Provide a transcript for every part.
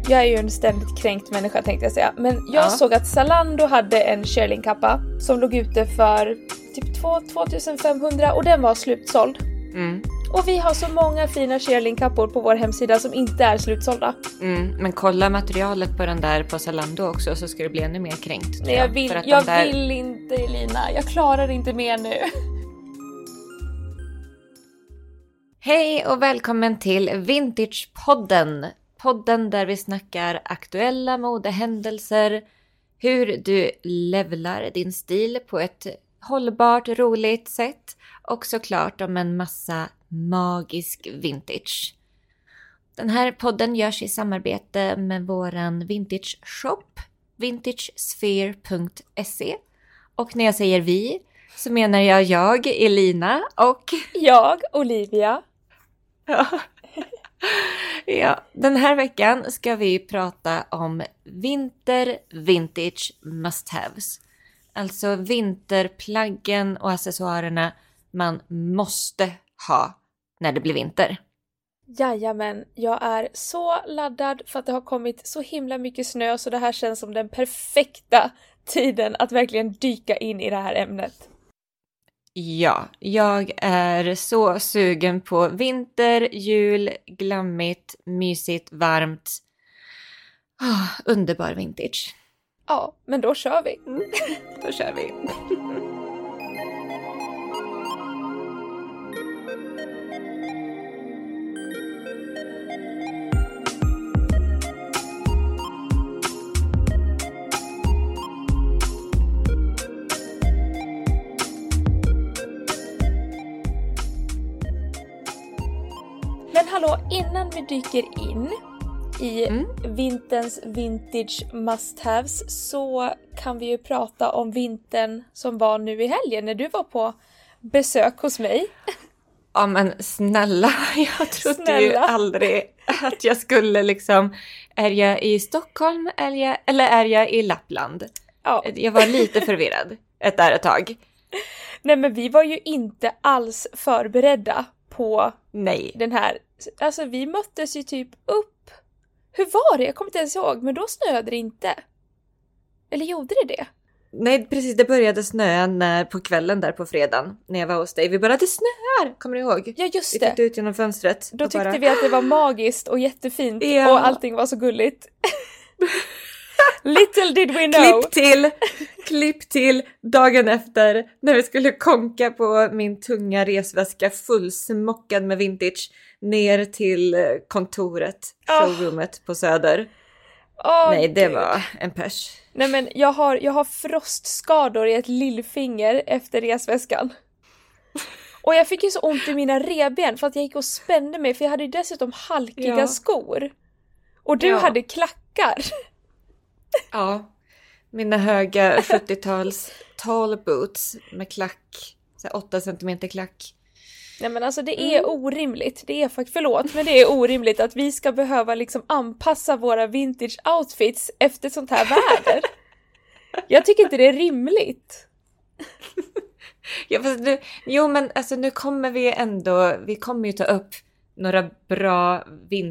Jag är ju en ständigt kränkt människa tänkte jag säga. Men jag såg att Zalando hade en Shearling-kappa som låg ute för typ 2500 och den var slutsåld. Och vi har så många fina Shearling-kappor på vår hemsida som inte är slutsålda. Men kolla materialet på den där på Zalando också så ska det bli ännu mer kränkt. Nej, jag vill inte, Elina. Jag klarar inte mer nu. Hej och välkommen till Vintage-podden. Podden där vi snackar aktuella modehändelser, hur du levlar din stil på ett hållbart, roligt sätt och såklart om en massa magisk vintage. Den här podden görs i samarbete med våran vintage shop, vintagesphere.se. Och när jag säger vi så menar jag, Elina och jag, Olivia. Ja, den här veckan ska vi prata om vintage must-haves. Alltså vinterplaggen och accessoarerna man måste ha när det blir vinter. Jajamän, jag är så laddad för att det har kommit så himla mycket snö så det här känns som den perfekta tiden att verkligen dyka in i det här ämnet. Ja, jag är så sugen på vinter, jul, glammigt, mysigt, varmt. Underbar vintage. Ja, men då kör vi. Då kör vi. Men hallå, innan vi dyker in i vinterns vintage must-haves så kan vi ju prata om vintern som var nu i helgen när du var på besök hos mig. Ja men snälla, jag trodde ju aldrig att jag skulle liksom, är jag i Stockholm eller är jag i Lappland? Ja. Jag var lite förvirrad ett tag. Nej men vi var ju inte alls förberedda på den här, alltså vi möttes ju typ upp. Hur var det? Jag kommer inte ens ihåg, men då snöade det inte. Eller gjorde det? Nej, precis. Det började snöa på kvällen där på fredagen när jag var hos dig. Vi bara, det snöar! Kommer du ihåg? Ja, just det. Vi tittade ut genom fönstret. Då tyckte vi att det var magiskt och jättefint och allting var så gulligt. Little did we know. Klipp till dagen efter när vi skulle konka på min tunga resväska fullsmockad med vintage ner till kontoret, showroomet på Söder. Nej, det var en pers. Nej men jag har frostskador i ett lillfinger efter resväskan. Och jag fick ju så ont i mina revben för att jag gick och spände mig för jag hade ju dessutom halkiga skor. Och du hade klackar. Ja, mina höga 70-tals tall boots med klack, så 8 cm klack. Nej men alltså det är orimligt, det är faktiskt, förlåt, men det är orimligt att vi ska behöva liksom anpassa våra vintage outfits efter sånt här väder. Jag tycker inte det är rimligt. Ja, fast men alltså nu kommer vi kommer ju ta upp några bra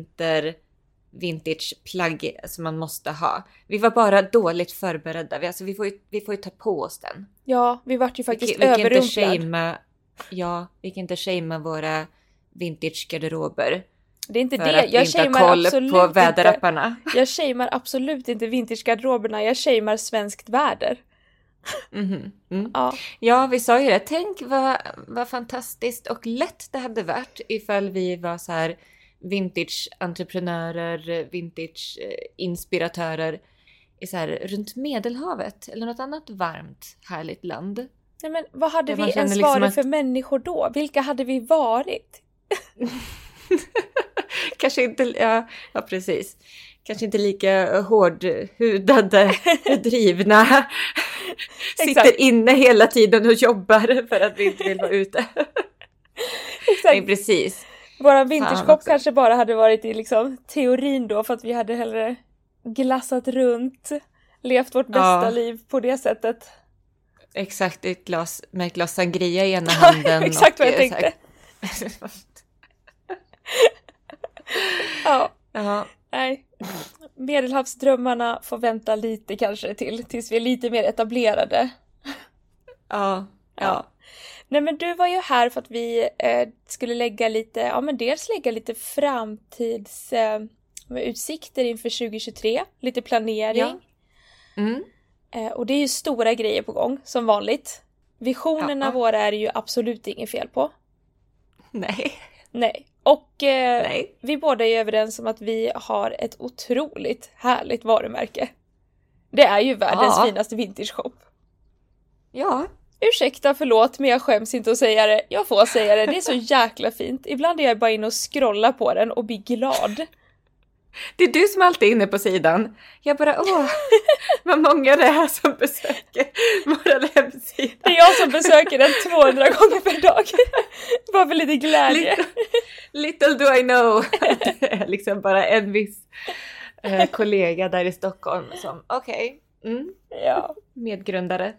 vintageplagg som man måste ha. Vi var bara dåligt förberedda. Vi får ju ta på oss den. Ja, vi vart ju faktiskt överrumplad. Vi kan inte shamea våra vintage-garderober. Det är inte det. Jag shamear absolut på väderapparna. Jag shamear absolut inte vintage-garderoberna. Jag shamear svenskt väder. Ja, vi sa ju det. Tänk vad fantastiskt och lätt det hade varit ifall vi var så här vintage-entreprenörer, vintage-inspiratörer i så här runt Medelhavet eller något annat varmt, härligt land. Nej, men vad hade vi ens varit för människor då? Vilka hade vi varit? Kanske inte, ja precis. Kanske inte lika hårdhudade, drivna. Sitter inne hela tiden och jobbar för att vi inte vill vara ute. Exakt. Nej, precis. Våran vinterskopp kanske bara hade varit i liksom teorin då för att vi hade hellre glassat runt, levt vårt bästa liv på det sättet. Exakt, ett glas med ett glas sangria i ena handen. Exakt vad jag tänkte. Ja. Nej. Medelhavsdrömmarna får vänta lite kanske tills vi är lite mer etablerade. Ja. Nej, men du var ju här för att vi skulle lägga lite, dels lägga lite framtidsutsikter inför 2023, lite planering. Och det är ju stora grejer på gång, som vanligt. Visionerna våra är det ju absolut inget fel på. Nej. Och vi båda är överens om att vi har ett otroligt härligt varumärke. Det är ju världens finaste vintage-shop. Ja. Ursäkta, förlåt, men jag skäms inte att säga det. Jag får säga det, det är så jäkla fint. Ibland är jag bara inne och scrollar på den och blir glad. Det är du som alltid är inne på sidan. Jag bara, vad många det är som besöker våra hemsida. Det är jag som besöker den 200 gånger per dag. Bara för lite glädje. Little do I know. Det är liksom bara en viss kollega där i Stockholm som, medgrundare.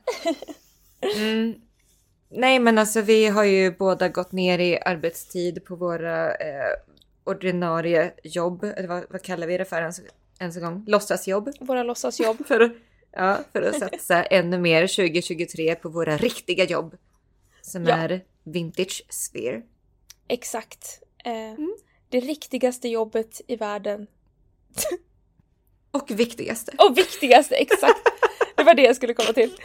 Nej, men alltså vi har ju båda gått ner i arbetstid på våra ordinarie jobb. Eller vad kallar vi det för ens en gång? Låtsasjobb. Våra låtsasjobb. för att satsa ännu mer 2023 på våra riktiga jobb. Som är Vintage Sphere. Exakt. Det riktigaste jobbet i världen. Och viktigaste. Exakt. Det var det jag skulle komma till.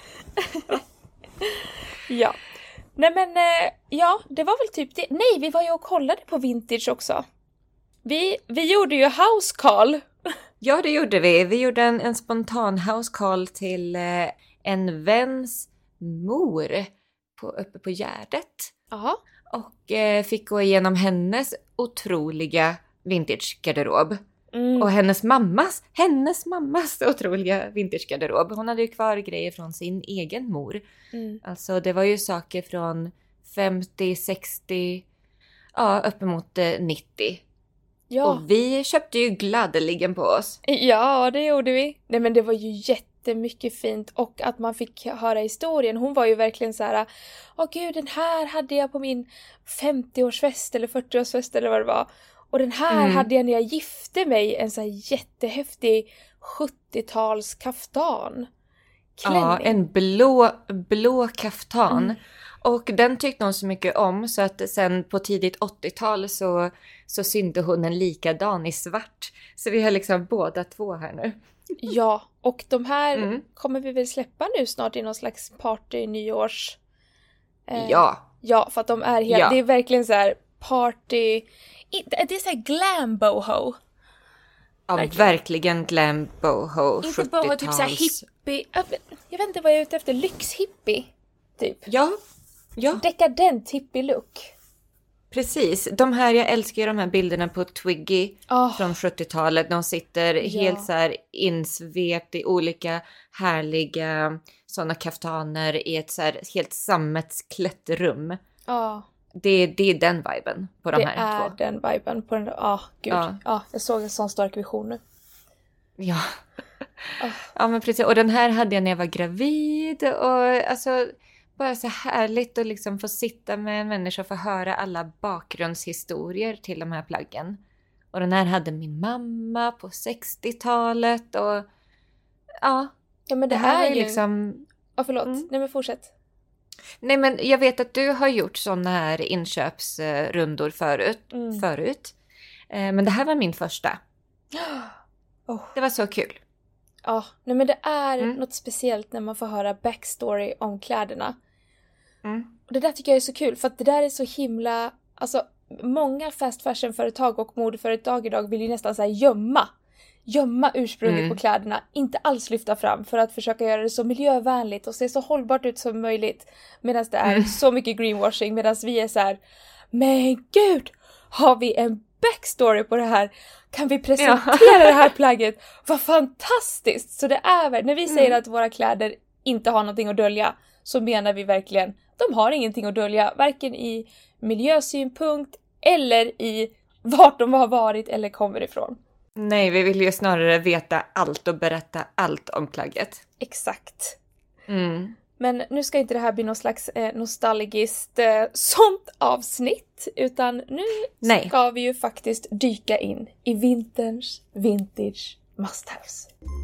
Ja. Nej, men det var väl typ det. Nej, vi var ju och kollade på vintage också. Vi gjorde ju house call. Ja, det gjorde vi. Vi gjorde en spontan house call till en väns mor uppe på Gärdet. Aha. Och fick gå igenom hennes otroliga vintage-garderob. Och hennes mammas otroliga vintage-garderob. Hon hade ju kvar grejer från sin egen mor. Alltså det var ju saker från 50, 60, uppemot 90. Ja. Och vi köpte ju gladeligen på oss. Ja, det gjorde vi. Nej, men det var ju jättemycket fint. Och att man fick höra historien. Hon var ju verkligen så här: gud, den här hade jag på min 50-årsfest eller 40-årsfest eller vad det var. Och den här hade jag när jag gifte mig. En så här jättehäftig 70-tals kaftan. Klänning. Ja, en blå kaftan. Och den tyckte hon så mycket om så att sen på tidigt 80-tal så synte hon en likadan i svart. Så vi har liksom båda två här nu. Ja, och de här kommer vi väl släppa nu snart i någon slags party nyårs. Ja, för att de är helt, det är verkligen så här party. Det är så här glam boho. Ja, verkligen glam boho. Inte boho, typ så här hippie. Jag vet inte vad jag är ute efter. Lyxhippie, typ. Ja. Dekadent hippie-look. Precis. Jag älskar ju de här bilderna på Twiggy från 70-talet. De sitter helt så här insvept i olika härliga sådana kaftaner i ett så här helt sammetsklätt rum. Ja. Det är den viben på de här två. Det är den viben på den där. Gud. Ja, jag såg en sån stark vision nu. Ja. Ja, men precis. Och den här hade jag när jag var gravid. Och alltså, bara så härligt att liksom få sitta med en människa och få höra alla bakgrundshistorier till de här plaggen. Och den här hade min mamma på 60-talet. Och ja, men det här är ju liksom... Ja, förlåt. Nej, men fortsätt. Nej, men jag vet att du har gjort såna här inköpsrundor förut. Men det här var min första. Det var så kul. Ja, nej, men det är något speciellt när man får höra backstory om kläderna. Och det där tycker jag är så kul, för att det där är så himla... Alltså, många fast fashion-företag och modeföretag idag vill ju nästan så här gömma ursprunget på kläderna, inte alls lyfta fram för att försöka göra det så miljövänligt och se så hållbart ut som möjligt, medan det är så mycket greenwashing, medan vi är så här: men gud, har vi en backstory på det här? Kan vi presentera det här plagget? Vad fantastiskt! Så det är när vi säger att våra kläder inte har någonting att dölja, så menar vi verkligen, de har ingenting att dölja, varken i miljösynpunkt eller i vart de har varit eller kommer ifrån. Nej, vi vill ju snarare veta allt och berätta allt om plagget. Exakt. Men nu ska inte det här bli någon slags nostalgiskt sånt avsnitt. Utan nu ska vi ju faktiskt dyka in i vinterns vintage must-haves.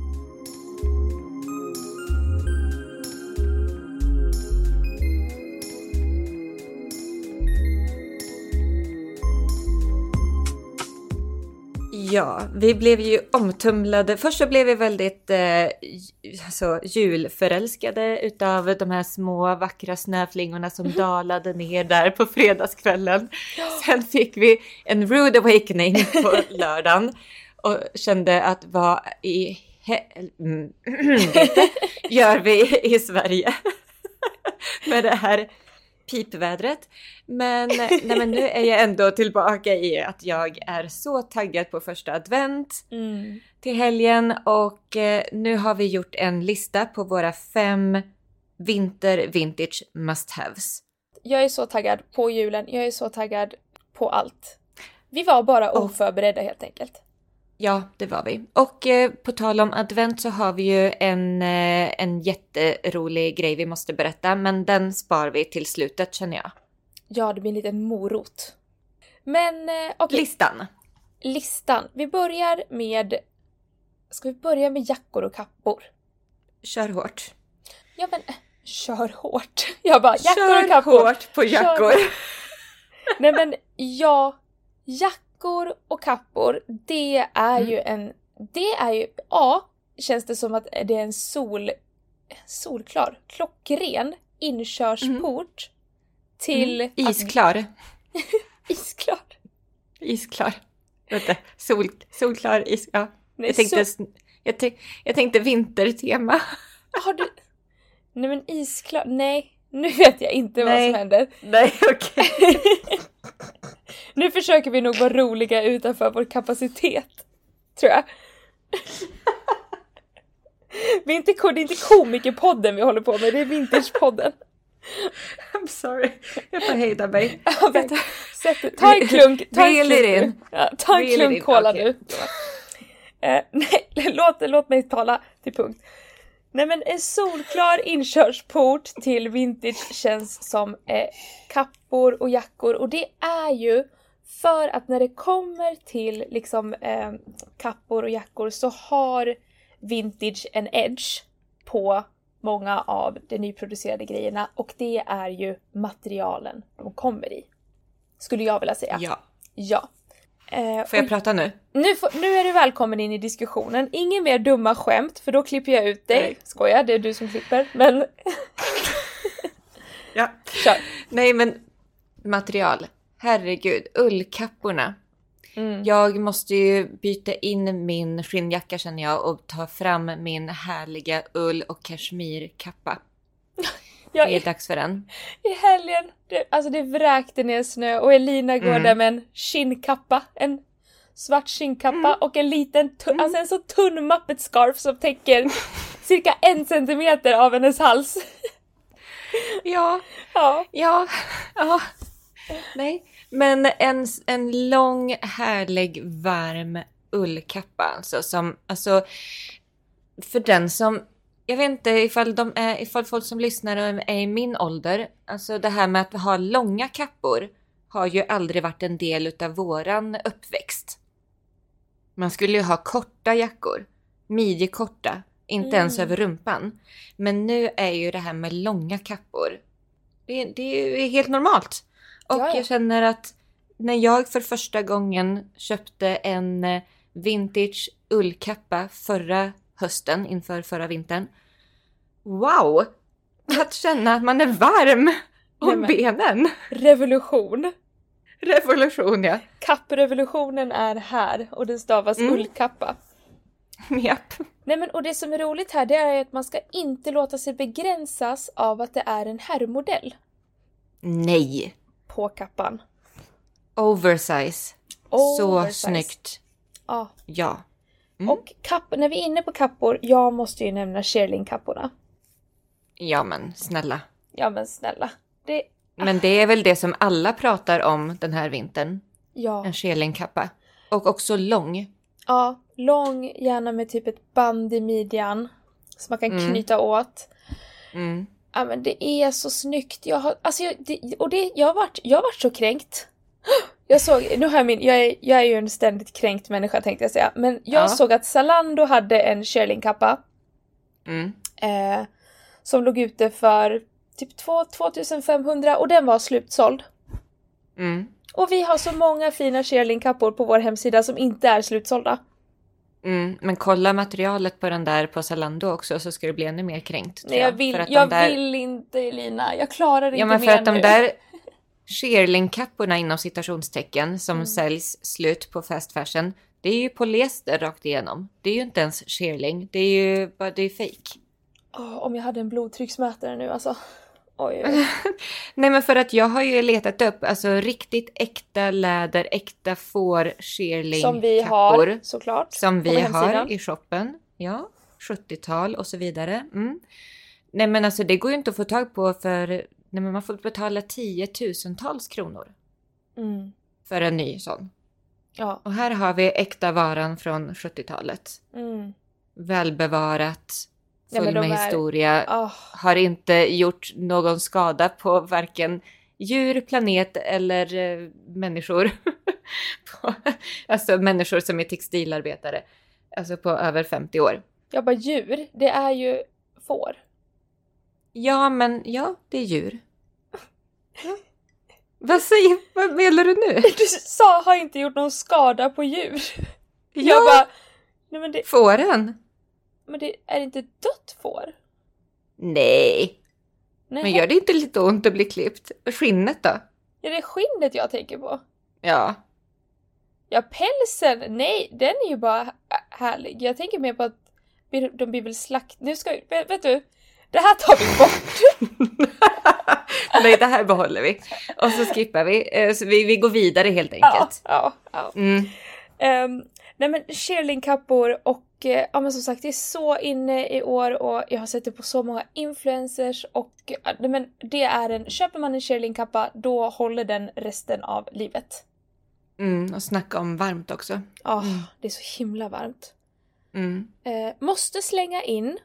Ja, vi blev ju omtumlade. Först så blev vi väldigt julförälskade utav de här små vackra snöflingorna som dalade ner där på fredagskvällen. Sen fick vi en rude awakening på lördagen och kände att vad i helvete gör vi i Sverige med det här pipvädret. Men nu är jag ändå tillbaka i att jag är så taggad på första advent till helgen. Och nu har vi gjort en lista på våra 5 vintage must-haves. Jag är så taggad på julen. Jag är så taggad på allt. Vi var bara oförberedda helt enkelt. Ja, det var vi. Och på tal om advent så har vi ju en jätterolig grej vi måste berätta. Men den spar vi till slutet, känner jag. Ja, det blir en liten morot. Men okej. Listan. Vi börjar med... Ska vi börja med jackor och kappor? Kör hårt. Ja, men kör hårt. Jag bara, jackor och kappor. Kör hårt på jackor. Nej, men ja, jackor och kappor, det är ju en... Det är ju... Ja, känns det som att det är en solklar, klockren inkörsport till... Isklar. Isklar. Isklar. Vänta, solklar, ja. Nej, jag tänkte vintertema. Har du... Nej, men isklar... Nej, nu vet jag inte vad som händer. Nej, okej. Nu försöker vi nog vara roliga utanför vår kapacitet, tror jag. Det är inte komikerpodden vi håller på med, det är vintagepodden. I'm sorry, jag får hejda mig. Ta en klunk cola nu. Nej, låt mig tala till punkt. Nej, men en solklar inkörsport till vintage känns som kappor och jackor. Och det är ju för att när det kommer till liksom kappor och jackor så har vintage en edge på många av de nyproducerade grejerna. Och det är ju materialen de kommer i. Skulle jag vilja säga. Ja. Får jag prata nu? Nu är du välkommen in i diskussionen. Ingen mer dumma skämt, för då klipper jag ut dig. Nej. Skojar, det är du som klipper. Men... Ja. Kör. Nej, men material. Herregud, ullkapporna. Jag måste ju byta in min skinnjacka, känner jag, och ta fram min härliga ull- och kashmirkappa. Det är dags för den. I helgen, det vräkte ner snö och Elina går där med en skinnkappa. En svart skinnkappa och en liten, alltså en så tunn Muppet-scarf som täcker cirka 1 centimeter av hennes hals. Ja. Nej, men en lång, härlig, varm ullkappa. Alltså, för den som... Jag vet inte ifall folk som lyssnar är i min ålder. Alltså det här med att ha långa kappor har ju aldrig varit en del utav våran uppväxt. Man skulle ju ha korta jackor. Midjekorta. Inte ens över rumpan. Men nu är ju det här med långa kappor. Det är helt normalt. Och jag känner att när jag för första gången köpte en vintage ullkappa förra hösten inför förra vintern. Wow! Att känna att man är varm om benen. Revolution, ja. Kapprevolutionen är här och det stavas ullkappa. Japp. Nej, men och det som är roligt här, det är att man ska inte låta sig begränsas av att det är en herrmodell. Nej. På kappan. Oversize. Så snyggt. Ja. Och när vi är inne på kappor, jag måste ju nämna Shearling-kapporna. Ja, men snälla. Men det är väl det som alla pratar om den här vintern. Ja. En Shearling-kappa. Och också lång. Ja, lång, gärna med typ ett band i midjan. Som man kan knyta åt. Ja, men det är så snyggt. Jag har varit så kränkt. Jag är ju en ständigt kränkt människa, tänkte jag säga. Men jag såg att Zalando hade en Shearling-kappa. Som låg ute för typ 2500 och den var slutsåld. Och vi har så många fina Shearling-kappor på vår hemsida som inte är slutsålda. Men kolla materialet på den där på Zalando också, så ska det bli ännu mer kränkt. Nej, jag vill inte, Elina. Jag klarar inte mer nu. Ja, men för att de där Shearling-kapporna inom citationstecken som säljs slut på fast fashion, det är ju polyester rakt igenom. Det är ju inte ens Shearling. Det är fake. Om jag hade en blodtrycksmätare nu, alltså. Oj. Nej, men för att jag har ju letat upp alltså riktigt äkta läder, äkta får Shearling som vi har, såklart. Som vi har i shoppen. Ja, 70-tal och så vidare. Nej, men alltså det går ju inte att få tag på för... Nej, men man får betala 10,000-tals kronor. För en ny sån. Ja. Och här har vi äkta varan från 70-talet. Välbevarat. Full med historia. Har inte gjort någon skada på varken djur, planet eller människor. Alltså människor som är textilarbetare. Alltså på över 50 år. Jag bara, djur, det är ju får. Ja, men det är djur. Ja. Vad menar du nu? Du sa har inte gjort någon skada på djur. Ja, jag bara, nej, men det... Fåren. Men det är inte dött får? Nej. Men gör det inte lite ont att bli klippt? Skinnet då? Ja, det är skinnet jag tänker på. Ja. Ja, pälsen, nej, den är ju bara härlig. Jag tänker mer på att de blir väl slakt... Nu ska vi, vet du, det här tar vi bort. Nej, det här behåller vi. Och så skippar vi. Så vi går vidare helt enkelt. Ja. Nej, men Shearling-kappor och men som sagt, det är så inne i år och jag har sett det på så många influencers och men det är köper man en Shearling-kappa, då håller den resten av livet. Och snacka om varmt också. Det är så himla varmt. Måste slänga in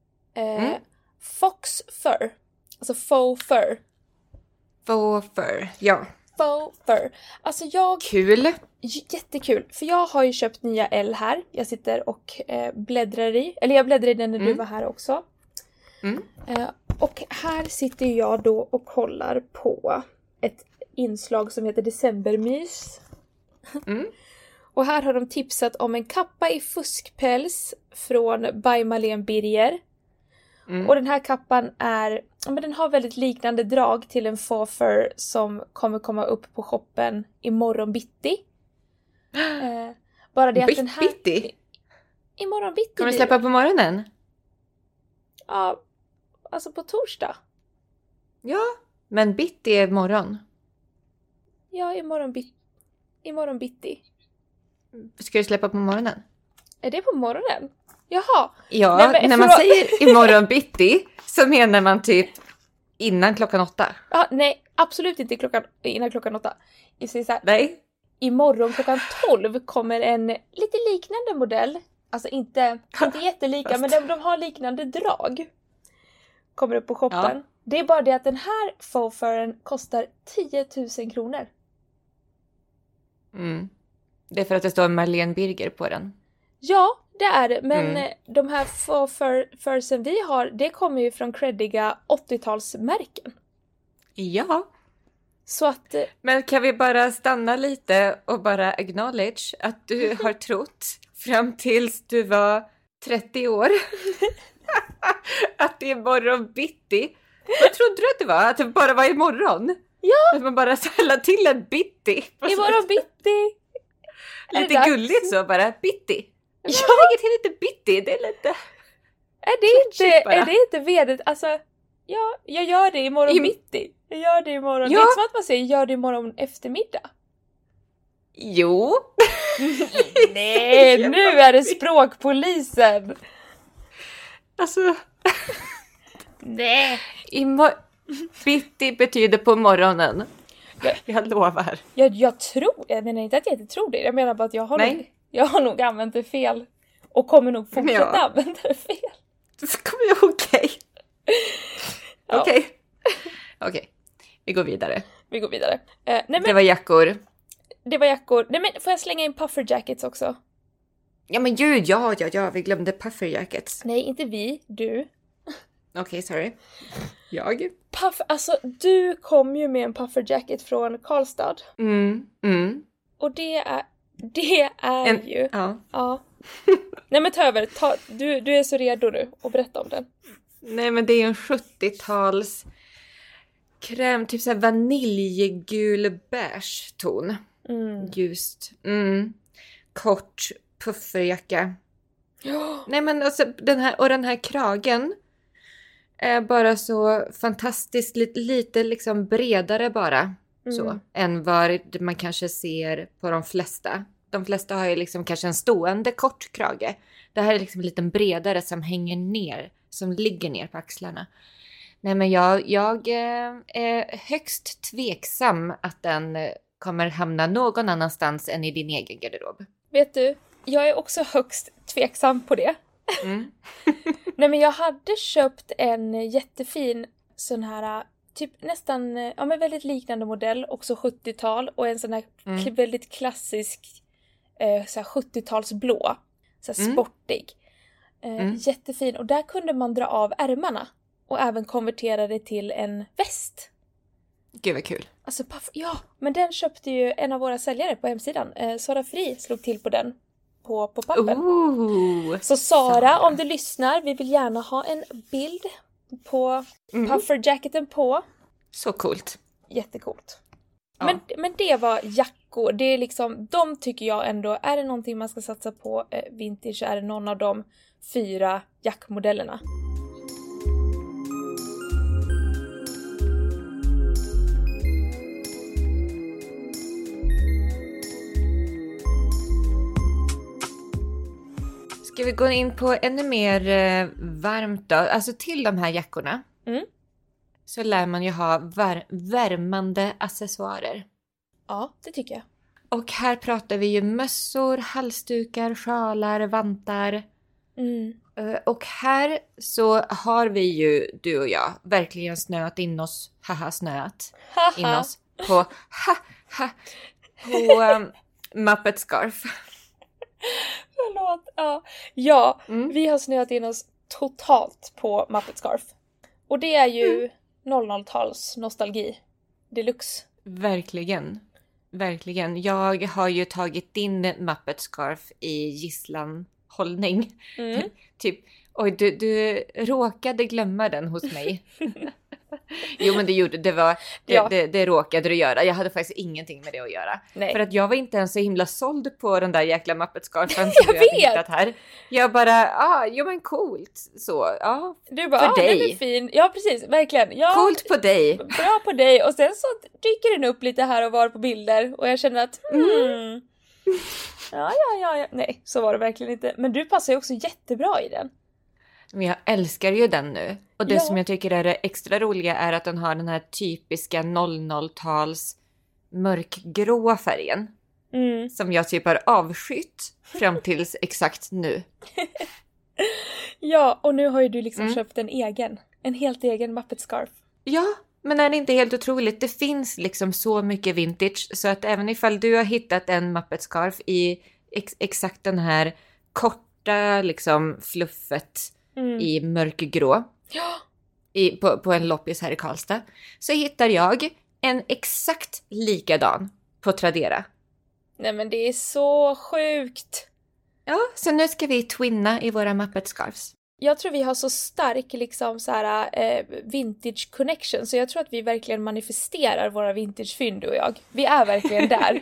Fox Fur. Alltså faux fur. Faux fur, ja. Faux fur. Alltså Kul. Jättekul. För jag har ju köpt nya L här. Jag sitter och bläddrar i. Eller jag bläddrar i den när du var här också. Och här sitter jag då och kollar på ett inslag som heter Decembermys. Och här har de tipsat om en kappa i fuskpäls från By Malene Birger. Och den här kappan den har väldigt liknande drag till en faux fur som kommer komma upp på shoppen imorgon bitti. Bara det att den här... Bitti? Imorgon bitti. Kommer du släppa på morgonen? Ja, alltså på torsdag. Ja, men bitti är morgon. Ja, imorgon bitti. Ska du släppa på morgonen? Är det på morgonen? Jaha. Ja, nej, men, när man säger imorgon bitti så menar man typ innan klockan 8. Ja, nej, absolut inte innan klockan 8. Jag säger så här, nej. Imorgon klockan 12 kommer en lite liknande modell. Alltså inte jättelika, men de har liknande drag. Kommer upp på shoppen. Ja. Det är bara det att den här faux furen kostar 10 000 kronor. Det är för att det står Malene Birger på den. Ja, det är det. Men de här faux fursen vi har, det kommer ju från creddiga 80-talsmärken. Ja. Så att... Men kan vi bara stanna lite och bara acknowledge att du har trott fram tills du var 30 år att det är morgon bitti. Vad trodde du att det var? Att det bara var imorgon? Ja. Att man bara sällar till en bitti. Imorgon bitti. Lite gulligt så bara, bitti. Ja. Jag lägger till lite bitti, det är lite... Är det inte vedet? Alltså, ja, jag gör det imorgon bitti. Jag gör det imorgon. Ja. Det är inte som att man säger, gör det imorgon eftermiddag. Jo. Nej, nu är det språkpolisen. Alltså... Nej. Bitti betyder på morgonen. Jag lovar. Jag tror, jag menar inte att jag inte tror det. Jag menar bara att jag har nog använt det fel. Och kommer nog fortsätta använda det fel. Det kommer jag okej. Okej. Vi går vidare. Nej, men, det var jackor. Nej men får jag slänga in puffer jackets också? Ja men gud, ja. Vi glömde puffer jackets. Nej, inte vi. Du. Okej, sorry. Jag? Alltså, du kom ju med en puffer jacket från Karlstad. Och det är ju... Ja. Nej men ta över. Du är så redo nu och berätta om den. Nej men det är en 70-tals kräm, typ såhär vaniljgul beige ton. Ljust. Kort pufferjacka. Nej men alltså den här kragen är bara så fantastiskt lite liksom bredare bara så än vad man kanske ser på de flesta. De flesta har ju liksom kanske en stående kort krage. Det här är liksom en liten bredare som hänger ner, som ligger ner på axlarna. Nej men jag är högst tveksam att den kommer hamna någon annanstans än i din egen garderob. Vet du, jag är också högst tveksam på det. Nej men jag hade köpt en jättefin sån här typ nästan men väldigt liknande modell, också 70-tal och en sån här väldigt klassisk så här 70-talsblå, så här sportig. Jättefin, och där kunde man dra av ärmarna och även konvertera det till en väst. Gud vad kul. Alltså ja, men den köpte ju en av våra säljare på hemsidan. Sara Fri slog till på den på pappen. Så Sara, om du lyssnar, vi vill gärna ha en bild på pufferjacketen på. Så coolt. Jättecoolt. Ja. Men det var jackor. Det är liksom, de tycker jag ändå, är det någonting man ska satsa på vintage, är det någon av de 4 jackmodellerna. Ska vi gå in på ännu mer varmt då? Alltså till de här jackorna så lär man ju ha värmande accessoarer. Ja, det tycker jag. Och här pratar vi ju mössor, halsdukar, sjalar, vantar. Och här så har vi ju, du och jag, verkligen snöat in oss, in oss på Muppet Scarf. Förlåt. Ja, vi har snöat in oss totalt på Muppet Scarf. Och det är ju 00-tals nostalgi deluxe. Verkligen. Jag har ju tagit din Muppet Scarf i gisslanhållning. Typ, oj, du råkade glömma den hos mig. Jo men det råkade du göra. Jag hade faktiskt ingenting med det att göra. Nej. För att jag var inte ens så himla såld på den där jäkla Muppet-scarfen som du hade hittat här. Jag bara, jo men coolt. Så, ja. Du bara, för dig. Den är fin. Ja precis, verkligen. Ja, coolt på dig. Bra på dig. Och sen så dyker den upp lite här och var på bilder. Och jag känner att, Ja. Nej, så var det verkligen inte. Men du passar ju också jättebra i den. Men jag älskar ju den nu. Och det som jag tycker är det extra roliga är att den har den här typiska 00-tals mörkgråa färgen. Som jag typ har avskytt fram tills exakt nu. Ja, och nu har ju du liksom köpt en helt egen Muppet Scarf. Ja, men är det inte helt otroligt? Det finns liksom så mycket vintage så att även ifall du har hittat en Muppet Scarf i exakt den här korta liksom fluffet i mörkgrå på en loppis här i Karlstad, så hittar jag en exakt likadan på Tradera. Nej men det är så sjukt. Ja, så nu ska vi twinna i våra Muppet Scarves. Jag tror vi har så stark liksom så här vintage connection, så jag tror att vi verkligen manifesterar våra vintagefynd, du och jag. Vi är verkligen där.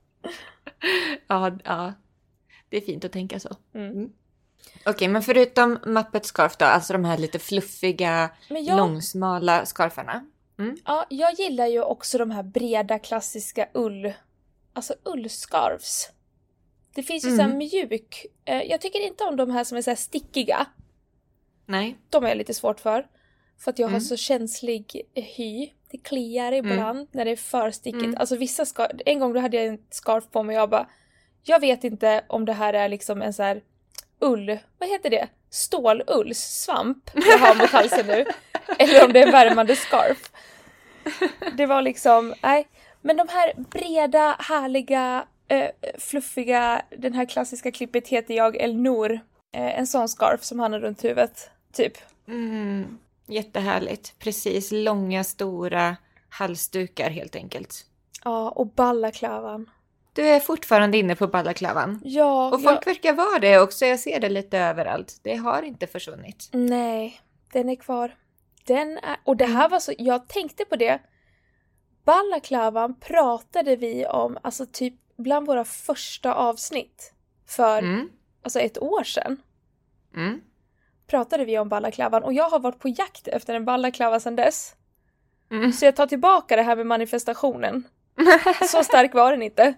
Ja. Det är fint att tänka så. Okej, men förutom Muppet Scarf då, alltså de här lite fluffiga, långsmala scarfarna. Ja, jag gillar ju också de här breda klassiska ullscarfs. Det finns ju så här mjuk. Jag tycker inte om de här som är så här stickiga. Nej. De är jag lite svårt för att jag har så känslig hy. Det kliar ibland när det är för stickigt. Alltså en gång då hade jag en scarf på mig och jag bara, jag vet inte om det här är liksom en så här vad heter det? Stålullssvamp jag har mot halsen nu. Eller om det är en värmande scarf. Det var liksom, nej. Men de här breda, härliga, fluffiga, den här klassiska klippet heter jag Elnor. En sån scarf som han har runt huvudet, typ. Jättehärligt. Precis, långa, stora halsdukar helt enkelt. Ja, och balaklavan. Du är fortfarande inne på balaklavan. Ja. Och folk verkar vara det också. Jag ser det lite överallt. Det har inte försvunnit. Nej, den är kvar. Och det här var så, jag tänkte på det. Balaklavan pratade vi om, alltså typ bland våra första avsnitt. För, alltså 1 år sedan. Pratade vi om balaklavan. Och jag har varit på jakt efter en balaklava sedan dess. Så jag tar tillbaka det här med manifestationen. Så stark var den inte.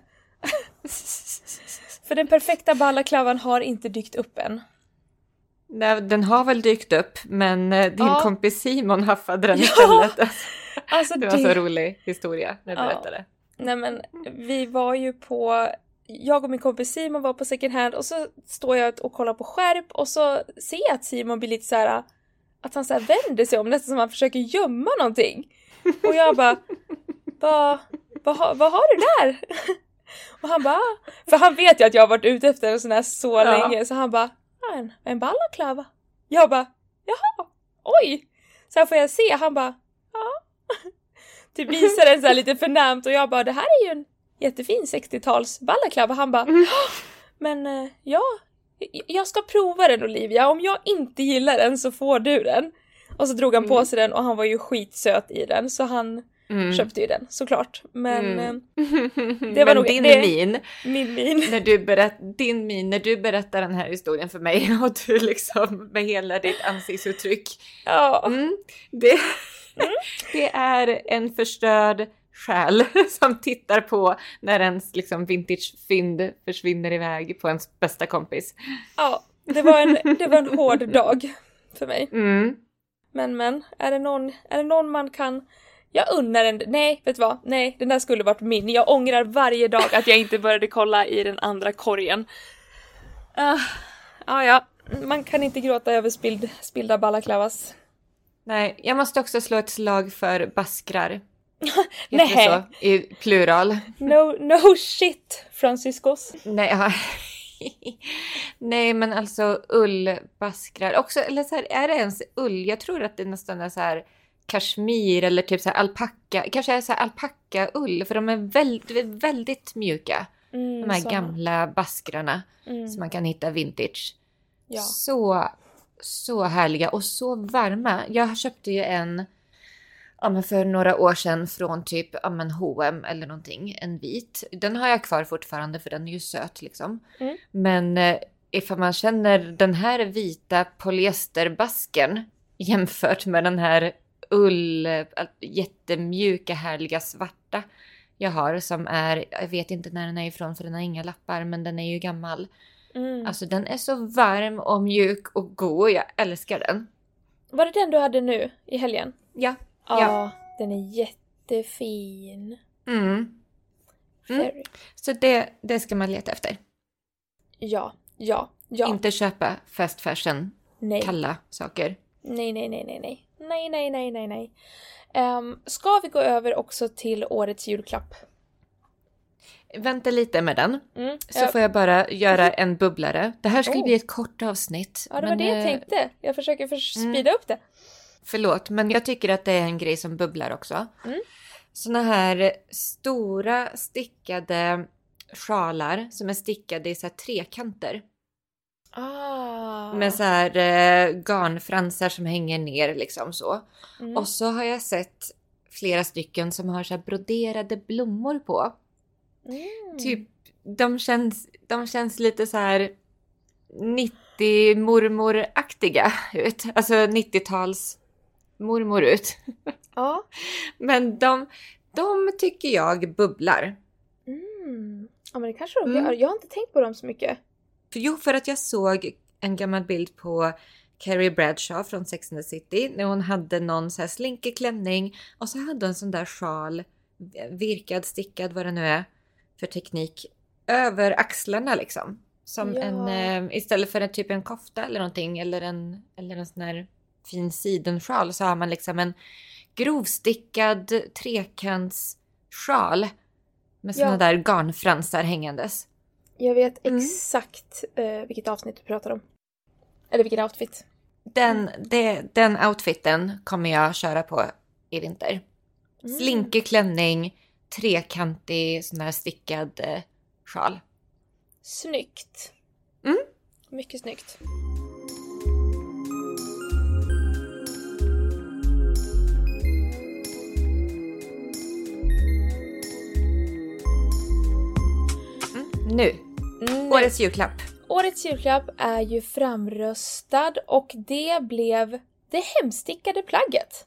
För den perfekta balaklavan har inte dykt upp än. Nej, den har väl dykt upp, men din kompis Simon haffade den istället. Alltså, det var så rolig historia när du berättade. Nej, men vi var ju jag och min kompis Simon var på second hand och så står jag och kollar på skärp och så ser jag att Simon blir lite så här, att han så här vänder sig om nästan som han försöker gömma någonting. Och jag bara, vad har du där? Och han bara, för han vet ju att jag har varit ute efter en sån här så länge, så han bara, en balaklava. Jag bara, jaha, oj. Så här får jag se, han bara, ja. Typ visar den så här lite förnämt och jag bara, det här är ju en jättefin 60-tals balaklava. Han bara, men ja, jag ska prova den, Olivia. Om jag inte gillar den så får du den. Och så drog han på sig den och han var ju skitsöt i den, så han köpte ju den, såklart. Men det var nog din min när du berättar den här historien för mig och du liksom med hela ditt ansiktsuttryck. Ja. Det är en förstörd själ som tittar på när ens liksom vintage-fynd försvinner iväg på ens bästa kompis. Ja, det var en hård dag för mig. Men är det någon man kan... Jag unnar den... Nej, vet du vad? Nej, den där skulle varit min. Jag ångrar varje dag att jag inte började kolla i den andra korgen. Ja. Man kan inte gråta över spilda balaklavas. Nej, jag måste också slå ett slag för baskrar. Nej. Så, i plural. No shit, Franciscos. Nej, men alltså ullbaskrar. Också, eller så här, är det ens ull? Jag tror att det nästan är så här kashmir eller typ så här alpacka. Kanske är så här alpacka-ull, för de är väldigt mjuka. De här gamla baskrarna som man kan hitta vintage. Ja. Så härliga och så varma. Jag köpte ju en för några år sedan från typ H&M eller någonting, en vit. Den har jag kvar fortfarande för den är ju söt liksom. Men ifall man känner den här vita polyesterbasken jämfört med den här jättemjuka härliga svarta jag har, som är, jag vet inte när den är ifrån för den har inga lappar, men den är ju gammal. Alltså den är så varm och mjuk och god. Jag älskar den. Var det den du hade nu i helgen? Ja. Ja, den är jättefin. Så det ska man leta efter. Ja. Inte köpa fast fashion. Nej. Kalla saker. Nej. Ska vi gå över också till årets julklapp? Vänta lite med den. Så får jag bara göra en bubblare. Det här skulle bli ett kort avsnitt. Ja, det var det jag tänkte. Jag försöker speeda upp det. Förlåt, men jag tycker att det är en grej som bubblar också. Såna här stora stickade sjalar som är stickade i så här trekanter. Med så här garnfransar som hänger ner liksom så. Och så har jag sett flera stycken som har så här broderade blommor på. Typ, de känns lite så här 90 mormoraktiga ut. Alltså 90-tals mormor ut. Ja. Men de tycker jag bubblar. Ja, men det kanske de gör. Jag har inte tänkt på dem så mycket. För att jag såg en gammal bild på Carrie Bradshaw från Sex and the City. När hon hade någon så här slinkig klänning. Och så hade hon en sån där sjal. Virkad, stickad, vad det nu är. För teknik. Över axlarna liksom. Som istället för typ en kofta eller någonting. Eller en sån här fin sidensjal. Så har man liksom en grovstickad trekantssjal. Med såna där garnfransar hängandes. Jag vet exakt vilket avsnitt du pratar om. Eller vilken outfit. Den outfiten kommer jag köra på i vinter. Slinkig klänning, trekantig sån här stickad sjal. Snyggt. Mycket snyggt. Nu. Årets julklapp. Årets julklapp är ju framröstad och det blev det hemstickade plagget.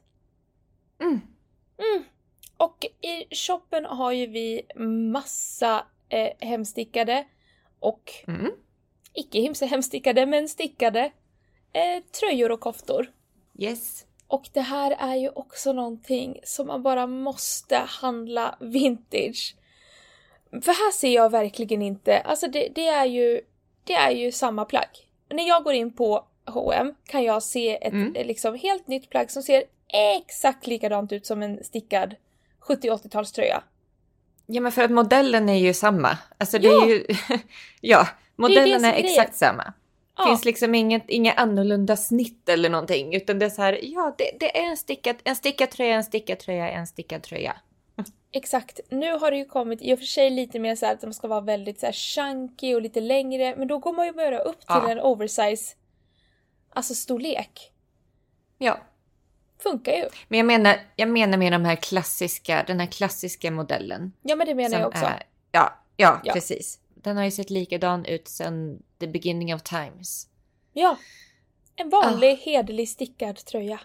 Och i shoppen har ju vi massa hemstickade och icke hemstickade men stickade tröjor och koftor. Yes. Och det här är ju också någonting som man bara måste handla vintage. För här ser jag verkligen inte, alltså det är ju samma plagg. När jag går in på H&M kan jag se ett liksom helt nytt plagg som ser exakt likadant ut som en stickad 70-80-talströja. Ja, men för att modellen är ju samma. Alltså det är ju modellen är exakt samma. Det finns liksom inga annorlunda snitt eller någonting, utan det är så här, det är en stickad tröja. Exakt. Nu har det ju kommit i och för sig lite mer så här att de ska vara väldigt så här chunky och lite längre. Men då går man ju bara upp till en oversize, alltså storlek. Ja. Funkar ju. Men jag menar med den här klassiska modellen. Ja, men det menar jag också. Ja, precis. Den har ju sett likadan ut sedan the beginning of times. Ja. En vanlig hederlig stickad tröja.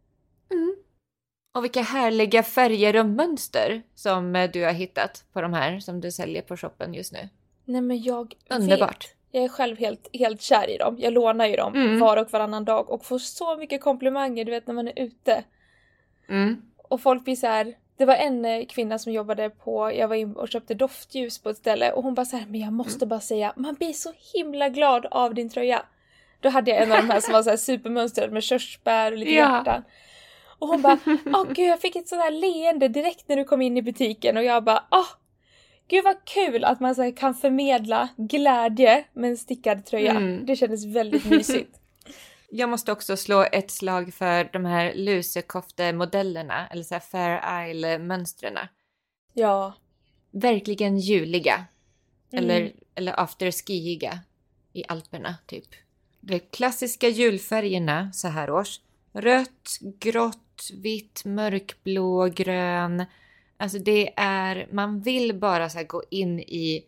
Och vilka härliga färger och mönster som du har hittat på de här som du säljer på shoppen just nu. Nej, men Underbart. Jag är själv helt kär i dem. Jag lånar ju dem var och varannan dag och får så mycket komplimanger, du vet, när man är ute. Och folk blir så här. Det var en kvinna som jobbade jag var in och köpte doftljus på ett ställe och hon bara så här, men jag måste bara säga, man blir så himla glad av din tröja. Då hade jag en av de här som var så här supermönstrad med körsbär och lite hjärtan. Och hon bara, gud, jag fick ett sånt här leende direkt när du kom in i butiken. Och jag bara, gud vad kul att man så här kan förmedla glädje med en stickad tröja. Det kändes väldigt mysigt. Jag måste också slå ett slag för de här lusekofte-modellerna. Eller så här Fair Isle-mönstren. Ja. Verkligen juliga. Eller afterskiiga i Alperna typ. De klassiska julfärgerna så här års. Rött, grått, vitt, mörkblå, grön. Alltså man vill bara så här gå in i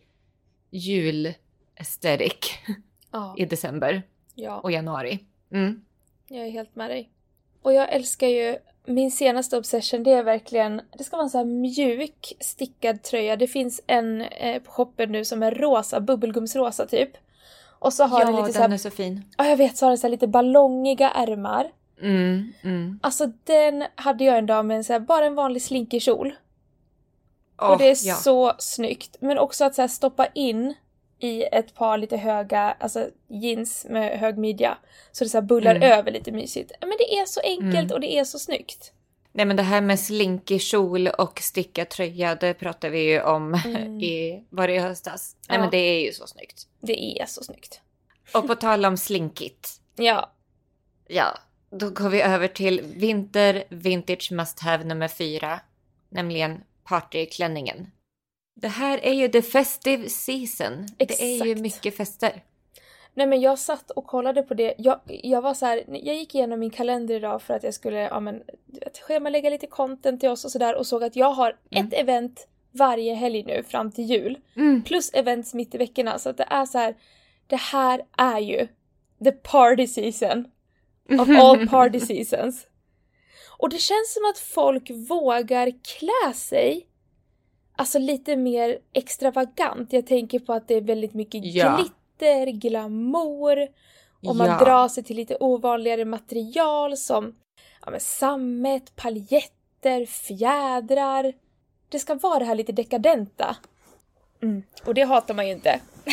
julesterik i december och januari. Jag är helt med dig. Och jag älskar ju, min senaste obsession, det är verkligen, det ska vara en så här mjuk stickad tröja. Det finns en på shoppen nu som är rosa, bubbelgumsrosa typ. Och så har den lite den så här, är så fin. Ja, jag vet, så har den så här lite ballongiga ärmar. Alltså den hade jag en dag med så här, bara en vanlig slinkig kjol. Och det är så snyggt. Men också att så här, stoppa in i ett par lite höga, alltså jeans med hög midja. Så det så här bullar över lite mysigt. Men det är så enkelt och det är så snyggt. Nej, men det här med slinkig kjol och stickad tröja, det pratar vi ju om i höstas. Nej, men det är ju så snyggt. Det är så snyggt. Och på tal om slinkigt. Ja. Då går vi över till vintage must have nummer 4. Nämligen partyklänningen. Det här är ju the festive season. Exakt. Det är ju mycket fester. Nej, men jag satt och kollade på det. Jag var så här, jag gick igenom min kalender idag för att jag skulle schemalägga lite content till oss och sådär. Och såg att jag har ett event varje helg nu fram till jul. Plus events mitt i veckorna. Så att det är så här, det här är ju the party season. Of all party seasons. Och det känns som att folk vågar klä sig alltså lite mer extravagant. Jag tänker på att det är väldigt mycket glitter, glamour. Och man drar sig till lite ovanligare material som sammet, paljetter, fjädrar. Det ska vara det här lite dekadenta. Och det hatar man ju inte.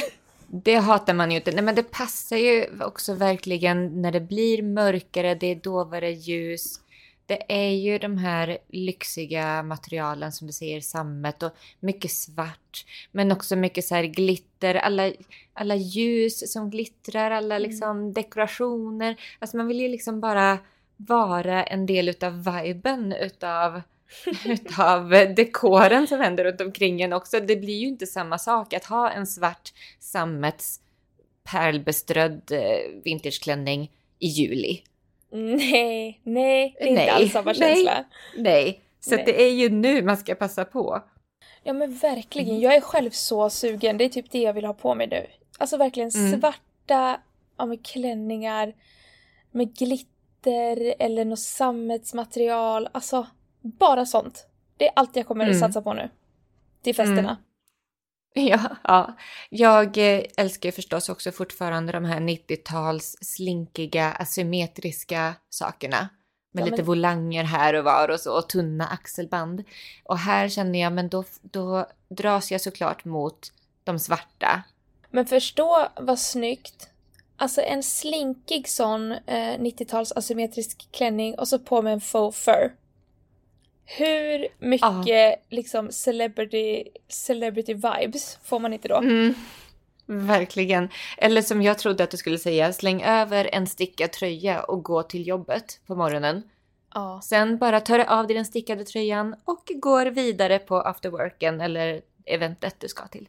Det hatar man ju inte. Nej, men det passar ju också verkligen när det blir mörkare. Det är dovare ljus. Det är ju de här lyxiga materialen som du säger, sammet och mycket svart. Men också mycket så här glitter, alla ljus som glittrar, alla liksom dekorationer. Alltså man vill ju liksom bara vara en del utav viben utav dekoren som händer runt omkring en också. Det blir ju inte samma sak att ha en svart sammets pärlbeströdd vintageklänning i juli. Nej, det är inte alls samma känsla. Nej. Så det är ju nu man ska passa på. Ja men verkligen, jag är själv så sugen. Det är typ det jag vill ha på mig nu. Alltså verkligen svarta med klänningar med glitter eller något sammetsmaterial. Alltså bara sånt. Det är allt jag kommer att satsa på nu. Till festerna. Ja. Jag älskar ju förstås också fortfarande de här 90-tals slinkiga asymmetriska sakerna. Med lite volanger här och var och så, och tunna axelband. Och här känner jag, men då dras jag såklart mot de svarta. Men förstå vad snyggt. Alltså en slinkig sån 90-tals asymmetrisk klänning och så på med en faux fur. Hur mycket liksom celebrity vibes får man inte då? Verkligen. Eller som jag trodde att du skulle säga, släng över en stickad tröja och gå till jobbet på morgonen. Ja. Sen bara tar du av dig den stickade tröjan och går vidare på afterworken eller eventet du ska till.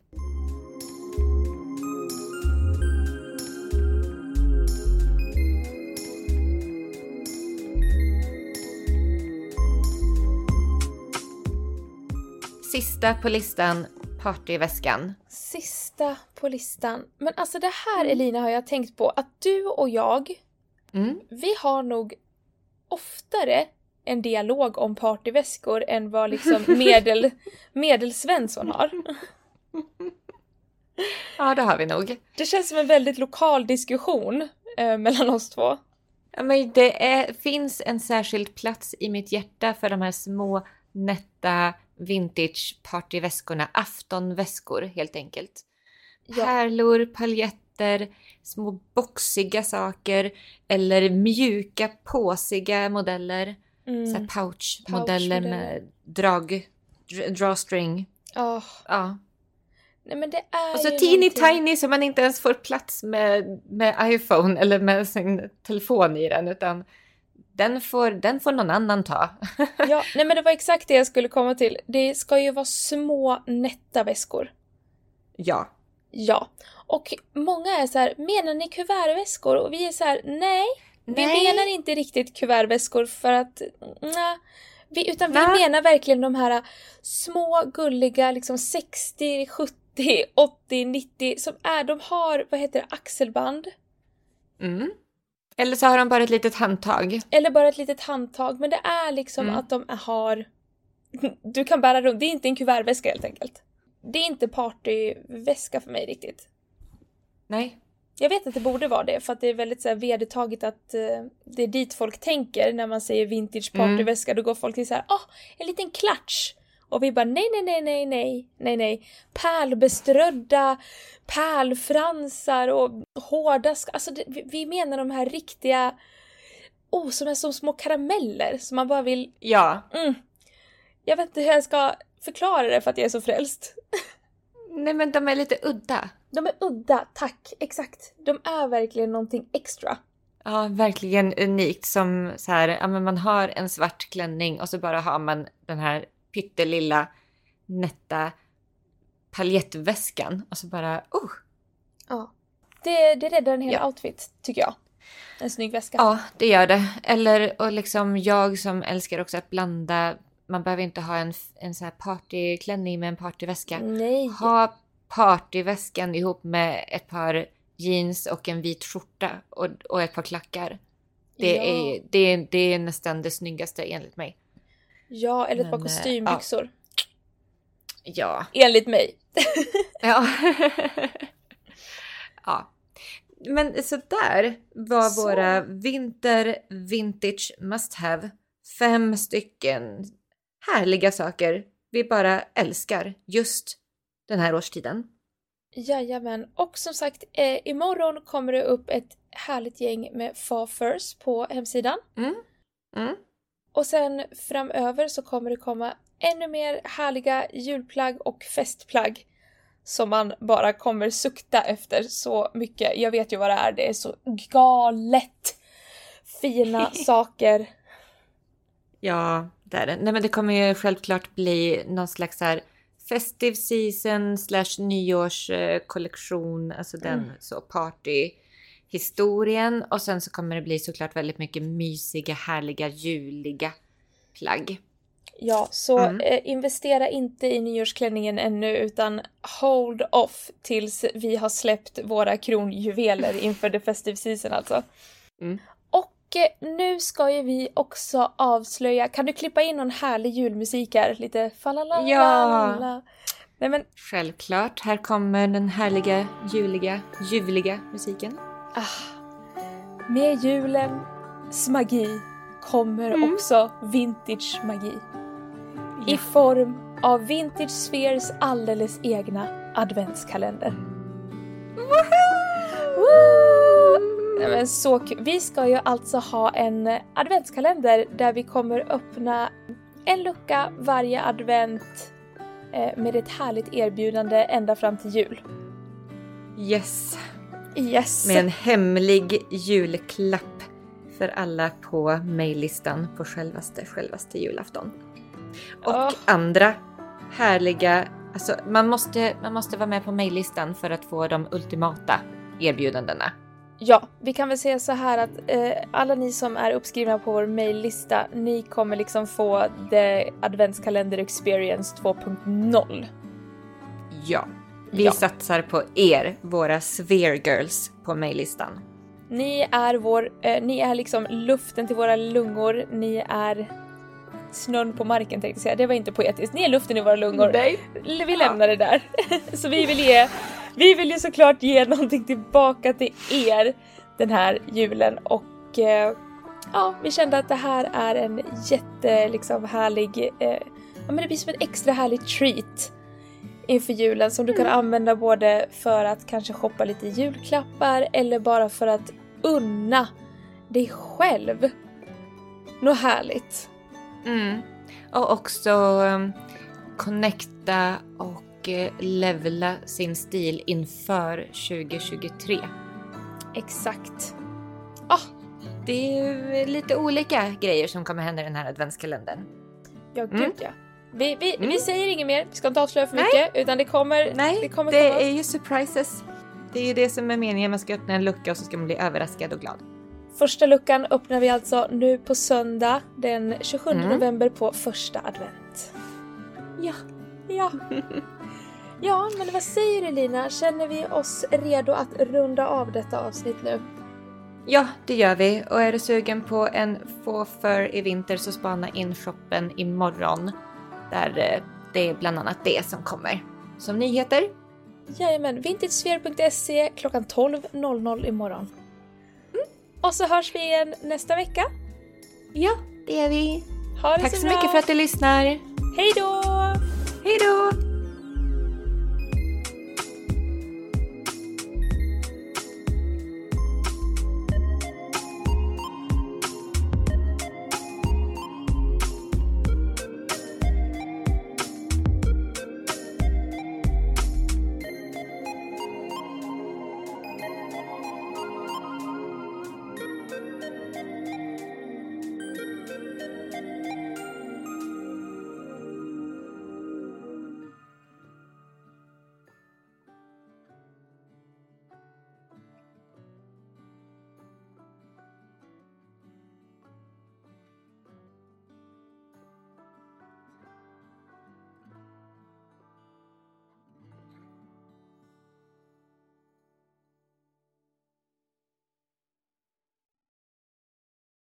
Sista på listan, partyväskan. Sista på listan. Men alltså det här, Elina, har jag tänkt på. Att du och jag, vi har nog oftare en dialog om partyväskor än vad liksom medelsvensson har. Ja, det har vi nog. Det känns som en väldigt lokal diskussion mellan oss två. Ja, men det finns en särskild plats i mitt hjärta för de här små, nätta vintage partyväskorna, aftonväskor helt enkelt. Ja. Pärlor, paljetter, små boxiga saker eller mjuka, påsiga modeller. Så här pouchmodeller med drawstring. Ja. Nej, men det är och så tiny så man inte ens får plats med iPhone eller med sin telefon i den, utan den får någon annan ta. Ja, nej men det var exakt det jag skulle komma till. Det ska ju vara små nätta väskor. Ja. Ja. Och många är så här, menar ni kuvertväskor? Och vi är så här, nej. Vi menar inte riktigt kuvertväskor för att, vi menar verkligen de här små gulliga liksom 60, 70, 80, 90 som de har, axelband. Eller så har de bara ett litet handtag. Men det är liksom att de har, du kan bära runt, det är inte en kuvertväska helt enkelt. Det är inte partyväska för mig riktigt. Nej. Jag vet att det borde vara det, för att det är väldigt så här vedertaget att det är dit folk tänker när man säger vintage partyväska. Då går folk till så här, en liten klatsch. Och vi bara, nej. Pärlbeströdda, pärlfransar och hårda, alltså vi menar de här riktiga, som är som små karameller som man bara vill. Ja. Jag vet inte hur jag ska förklara det för att jag är så frälst. Nej, men de är lite udda. De är udda, tack. Exakt. De är verkligen någonting extra. Ja, verkligen unikt. Som så här, men man har en svart klänning och så bara har man den här pyttelilla nätta paljettväskan. Och så bara, Ja, det räddar en hel outfit, tycker jag. En snygg väska. Ja, det gör det. Eller, och liksom jag som älskar också att blanda. Man behöver inte ha en så här partyklänning med en partyväska. Nej. Ha partyväskan ihop med ett par jeans och en vit skjorta och ett par klackar. Det är nästan det snyggaste enligt mig. Ja, eller ett par kostymbyxor. Ja. Enligt mig. Ja. Ja. Men så där var våra vintage must have. 5 stycken härliga saker vi bara älskar just den här årstiden. Jajamän. Och som sagt, imorgon kommer det upp ett härligt gäng med Fafers på hemsidan. Och sen framöver så kommer det komma ännu mer härliga julplagg och festplagg som man bara kommer sukta efter så mycket. Jag vet ju vad det är så galet fina saker. Ja, det är det. Nej, men det kommer ju självklart bli någon slags här festive season / nyårskollektion, alltså den så partyhistorien. Och sen så kommer det bli såklart väldigt mycket mysiga, härliga, juliga plagg. Ja, så investera inte i nyårsklänningen ännu utan hold off tills vi har släppt våra kronjuveler inför the festive season alltså. Och nu ska ju vi också avslöja, kan du klippa in någon härlig julmusik här? Lite falalala. Ja! Nej, men... Självklart, här kommer den härliga, ljuvliga musiken. Med julens magi kommer också vintage magi. I form av Vintage Spheres alldeles egna adventskalender. Nej, men så kul. Vi ska ju alltså ha en adventskalender där vi kommer öppna en lucka varje advent med ett härligt erbjudande ända fram till jul. Yes. Yes. Med en hemlig julklapp för alla på mejllistan på självaste julafton. Och andra härliga, alltså man måste vara med på mejllistan för att få de ultimata erbjudandena. Ja, vi kan väl säga så här att alla ni som är uppskrivna på vår mejllista, ni kommer liksom få The Adventskalender Experience 2.0. Ja, vi satsar på er, våra Sphere Girls på mejllistan. Ni är liksom luften till våra lungor, ni är snön på marken tänkte jag säga. Det var inte poetiskt. Ni är luften i våra lungor. Nej. Vi lämnar det där. Så vi vill ju såklart ge någonting tillbaka till er den här julen. Och vi kände att det här är en jätte liksom härlig men det blir som en extra härlig treat inför julen som du kan använda både för att kanske shoppa lite julklappar eller bara för att unna dig själv något härligt. Och också connecta och levela sin stil inför 2023. Exakt. Det är ju lite olika grejer som kommer hända i den här adventskalendern. Ja, gud ja. Vi säger inget mer, vi ska inte avslöja för mycket, utan det kommer komma. Det är ju surprises. Det är ju det som är meningen, man ska öppna en lucka och så ska man bli överraskad och glad. Första luckan öppnar vi alltså nu på söndag den 27 november på första advent. Ja. Ja, men vad säger du Lina? Känner vi oss redo att runda av detta avsnitt nu? Ja, det gör vi. Och är du sugen på en Fafer i vinter så spana in shoppen imorgon. Där det är bland annat det som kommer som nyheter. Jajamän, vintagesphere.se klockan 12.00 imorgon. Och så hörs vi igen nästa vecka. Ja, det är vi. Ha det Tack så bra. mycket för att du lyssnar. Hej då! Hej då!